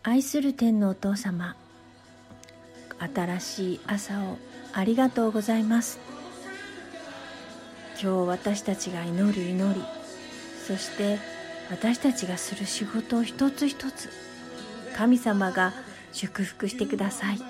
愛する天のお父様、新しい朝をありがとうございます。今日私たちが祈る祈り、そして私たちがする仕事を一つ一つ、神様が祝福してください。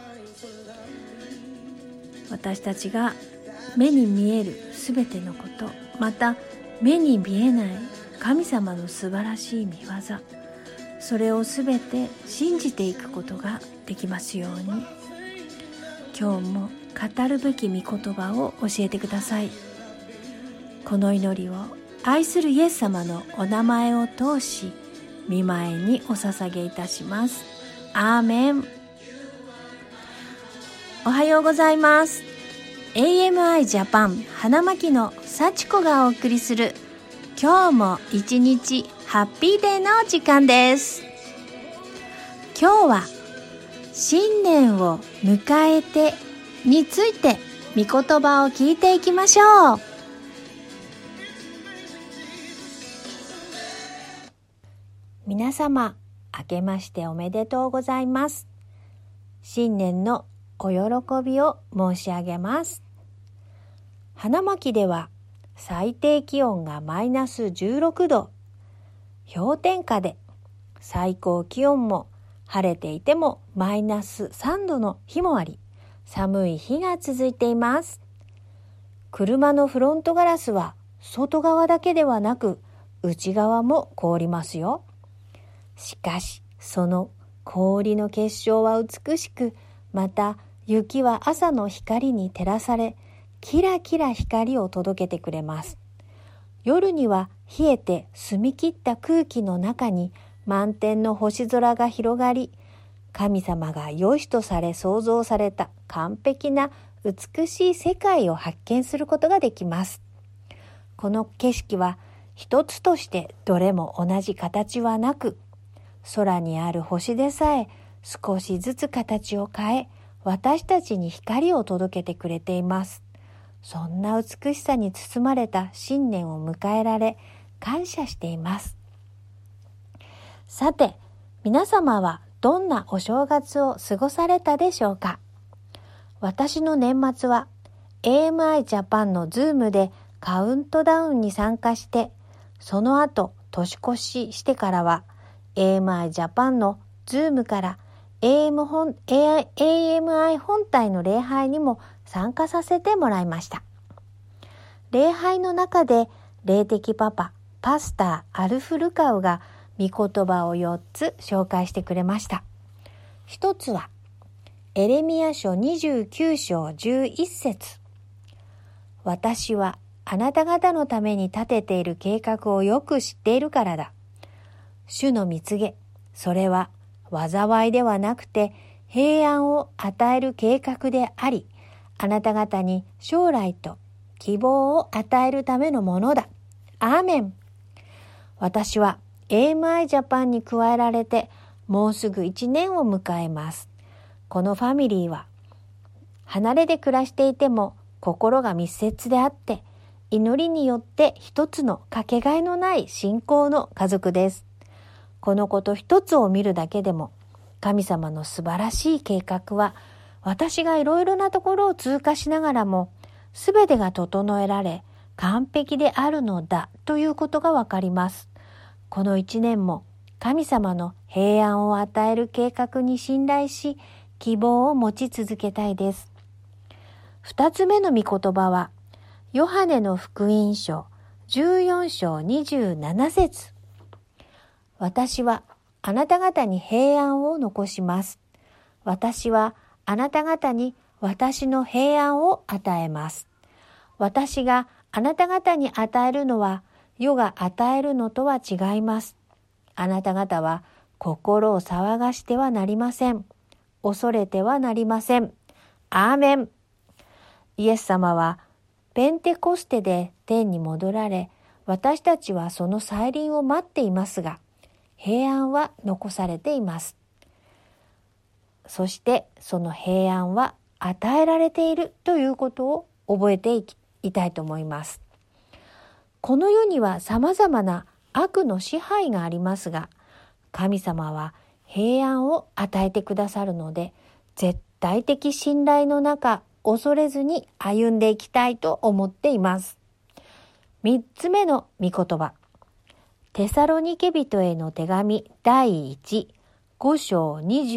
私たちが目に見えるすべてのこと、また目に見えない神様の素晴らしい御業、それをすべて信じていくことができますように、今日も語るべき御言葉を教えてください。この祈りを愛するイエス様のお名前を通し、御前にお捧げいたします。アーメン。おはようございます。AMI ジャパン花巻の幸子がお送りする今日も一日ハッピーデーの時間です。今日は新年を迎えてについて御言葉を聞いていきましょう。皆様、明けましておめでとうございます。新年のお喜びを申し上げます。花巻では最低気温がマイナス16度、氷点下で最高気温も晴れていてもマイナス3度の日もあり、寒い日が続いています。車のフロントガラスは外側だけではなく内側も凍りますよ。しかしその氷の結晶は美しく、また雪は朝の光に照らされ、キラキラ光を届けてくれます。夜には冷えて澄み切った空気の中に満天の星空が広がり、神様が良しとされ創造された完璧な美しい世界を発見することができます。この景色は一つとしてどれも同じ形はなく、空にある星でさえ少しずつ形を変え、私たちに光を届けてくれています。そんな美しさに包まれた新年を迎えられ、感謝しています。さて、皆様はどんなお正月を過ごされたでしょうか。私の年末は AMI ジャパンのズームでカウントダウンに参加して、その後年越ししてからは AMI ジャパンのズームからAMI 本体の礼拝にも参加させてもらいました。礼拝の中で霊的パパ、パスターアルフ・ルカウが御言葉を4つ紹介してくれました。一つはエレミヤ書29章11節。私はあなた方のために立てている計画をよく知っているからだ。主の御告げ、それは災いではなくて平安を与える計画であり、あなた方に将来と希望を与えるためのものだ。アーメン。私は AMI ジャパンに加えられてもうすぐ1年を迎えます。このファミリーは離れで暮らしていても心が密接であって、祈りによって一つのかけがえのない信仰の家族です。このこと一つを見るだけでも、神様の素晴らしい計画は、私がいろいろなところを通過しながらも、すべてが整えられ、完璧であるのだということがわかります。この一年も、神様の平安を与える計画に信頼し、希望を持ち続けたいです。二つ目の御言葉は、ヨハネの福音書14章27節。私はあなた方に平安を残します。私はあなた方に私の平安を与えます。私があなた方に与えるのは世が与えるのとは違います。あなた方は心を騒がしてはなりません。恐れてはなりません。アーメン。イエス様はペンテコステで天に戻られ、私たちはその再臨を待っていますが、平安は残されています。そしてその平安は与えられているということを覚えていたいと思います。この世には様々な悪の支配がありますが、神様は平安を与えてくださるので、絶対的信頼の中、恐れずに歩んでいきたいと思っています。3つ目の御言葉。テサロニケ人への手紙第1、5章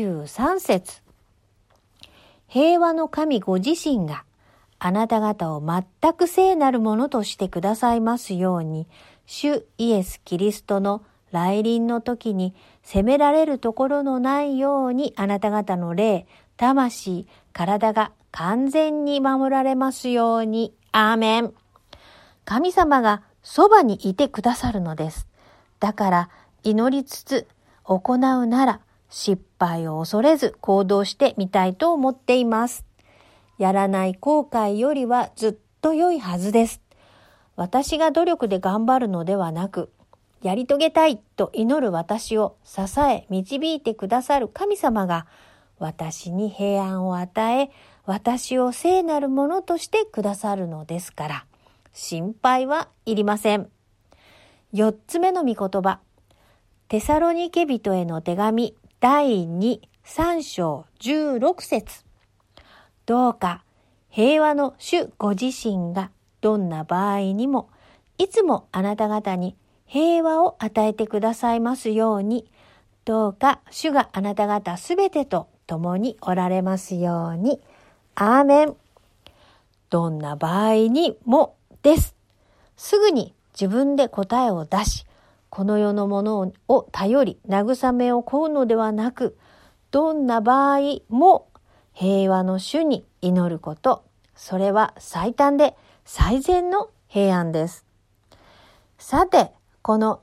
23節。平和の神ご自身があなた方を全く聖なるものとしてくださいますように、主イエス・キリストの来臨の時に責められるところのないようにあなた方の霊、魂、体が完全に守られますように。アーメン。神様がそばにいてくださるのです。だから祈りつつ行うなら失敗を恐れず行動してみたいと思っています。やらない後悔よりはずっと良いはずです。私が努力で頑張るのではなく、やり遂げたいと祈る私を支え導いてくださる神様が私に平安を与え、私を聖なるものとしてくださるのですから、心配はいりません。4つ目の御言葉。テサロニケ人への手紙第2、3章16節。どうか平和の主ご自身がどんな場合にもいつもあなた方に平和を与えてくださいますように、どうか主があなた方すべてと共におられますように。アーメン。どんな場合にもです。すぐに自分で答えを出し、この世のものを頼り慰めを請うのではなく、どんな場合も平和の主に祈ること、それは最短で最善の平安です。さて、この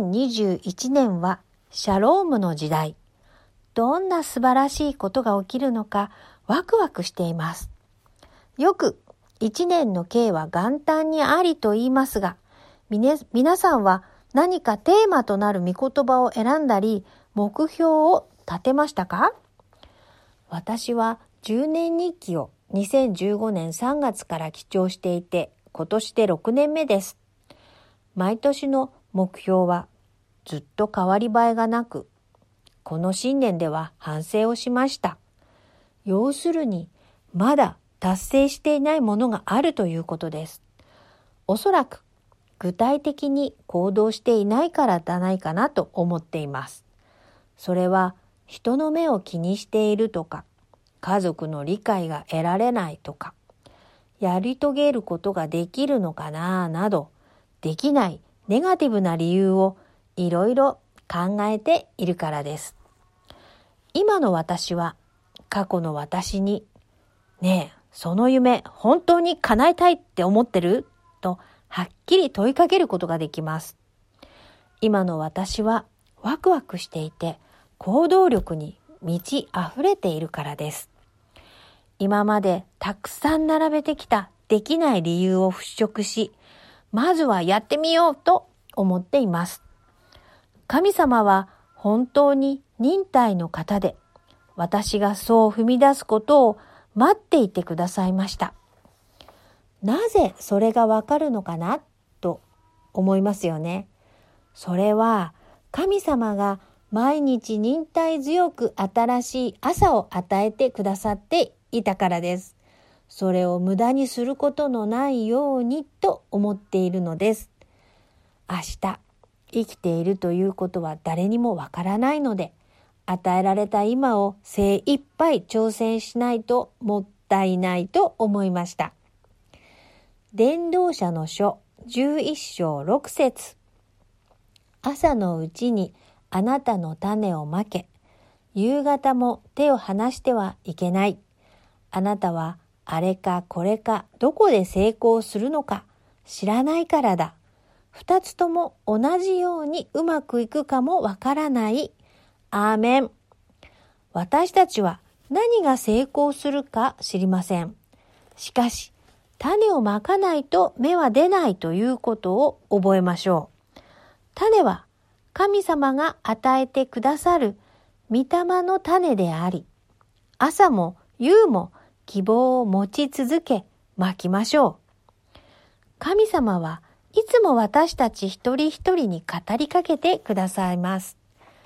2021年はシャロームの時代。どんな素晴らしいことが起きるのかワクワクしています。よく一年の計は元旦にありと言いますが、皆さんは何かテーマとなる御言葉を選んだり、目標を立てましたか？私は10年日記を2015年3月から記帳していて、今年で6年目です。毎年の目標はずっと変わり映えがなく、この新年では反省をしました。要するに、まだ達成していないものがあるということです。おそらく具体的に行動していないからじゃないかなと思っています。それは人の目を気にしているとか、家族の理解が得られないとか、やり遂げることができるのかななど、できないネガティブな理由をいろいろ考えているからです。今の私は過去の私に、ねえ、その夢本当に叶えたいって思ってる？とはっきり問いかけることができます。今の私はワクワクしていて行動力に満ち溢れているからです。今までたくさん並べてきたできない理由を払拭し、まずはやってみようと思っています。神様は本当に忍耐の方で、私がそう踏み出すことを待っていてくださいました。なぜそれがわかるのかなと思いますよね。それは神様が毎日忍耐強く新しい朝を与えてくださっていたからです。それを無駄にすることのないようにと思っているのです。明日生きているということは誰にもわからないので、与えられた今を精一杯挑戦しないともったいないと思いました。伝道者の書11章6節。朝のうちにあなたの種をまけ、夕方も手を離してはいけない。あなたはあれかこれかどこで成功するのか知らないからだ。二つとも同じようにうまくいくかもわからない。アーメン。私たちは何が成功するか知りません。しかし、種をまかないと芽は出ないということを覚えましょう。種は神様が与えてくださる御霊の種であり、朝も夕も希望を持ち続け、まきましょう。神様はいつも私たち一人一人に語りかけてくださいます。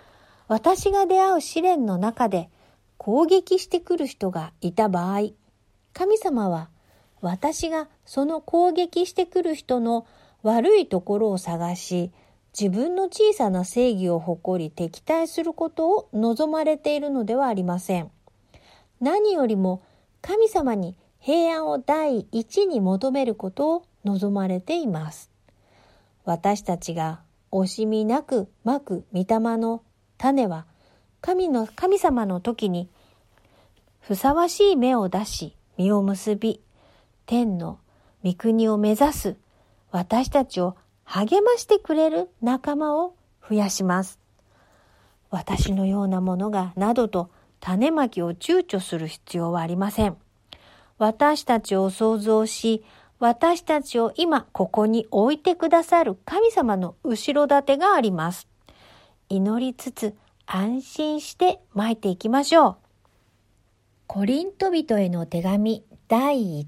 私が出会う試練の中で攻撃してくる人がいた場合、神様は私がその攻撃してくる人の悪いところを探し、自分の小さな正義を誇り敵対することを望まれているのではありません。何よりも神様に平安を第一に求めることを望まれています。私たちが惜しみなくまく御霊の種は神様の時にふさわしい芽を出し実を結び、天の御国を目指す私たちを励ましてくれる仲間を増やします。私のようなものがなどと種まきを躊躇する必要はありません。私たちを創造し、私たちを今ここに置いてくださる神様の後ろ盾があります。祈りつつ安心してまいていきましょう。コリント人への手紙第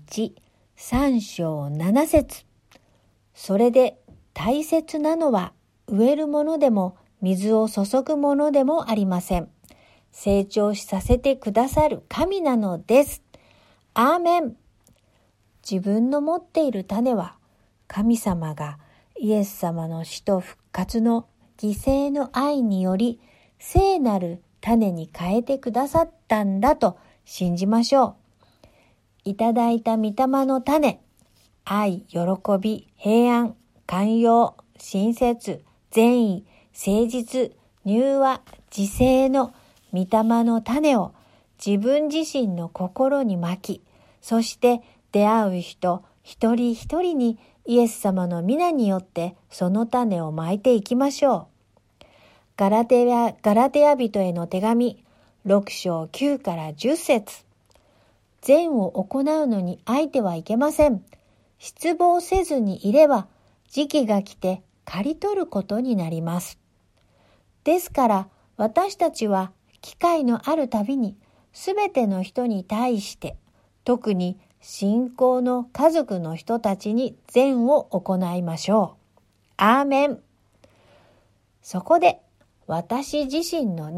1、3章7節。それで大切なのは植えるものでも水を注ぐものでもありません。成長させてくださる神なのです。アーメン。自分の持っている種は神様がイエス様の死と復活の犠牲の愛により聖なる種に変えてくださったんだと信じましょう。いただいた御霊の種、愛、喜び、平安、寛容、親切、善意、誠実、柔和、自制の御霊の種を自分自身の心にまき、そして出会う人一人一人にイエス様の皆によってその種をまいていきましょう。ガラテヤ人への手紙6章9から10節。善を行うのにあいてはいけません。失望せずにいれば時期が来て刈り取ることになります。ですから私たちは機会のあるたびにすべての人に対して特に信仰の家族の人たちに善を行いましょう。アーメン。そこで私自身の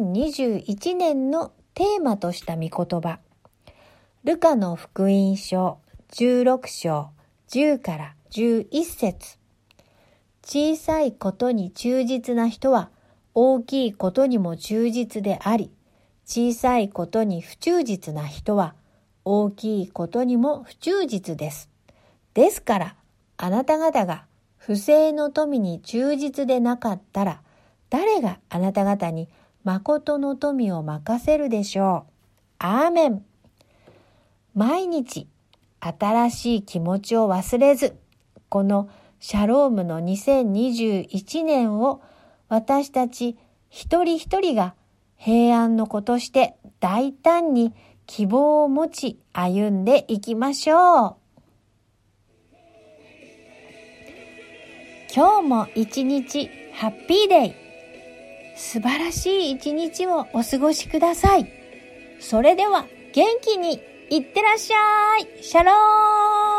2021年のテーマとした御言葉。ルカの福音書16章10から11節。小さいことに忠実な人は大きいことにも忠実であり、小さいことに不忠実な人は大きいことにも不忠実です。ですから、あなた方が不正の富に忠実でなかったら、誰があなた方に誠の富を任せるでしょう。アーメン。毎日、新しい気持ちを忘れず、このシャロームの2021年を私たち一人一人が平安の子として大胆に希望を持ち歩んでいきましょう。今日も一日ハッピーデイ。素晴らしい一日をお過ごしください。それでは元気にいってらっしゃい。シャローン。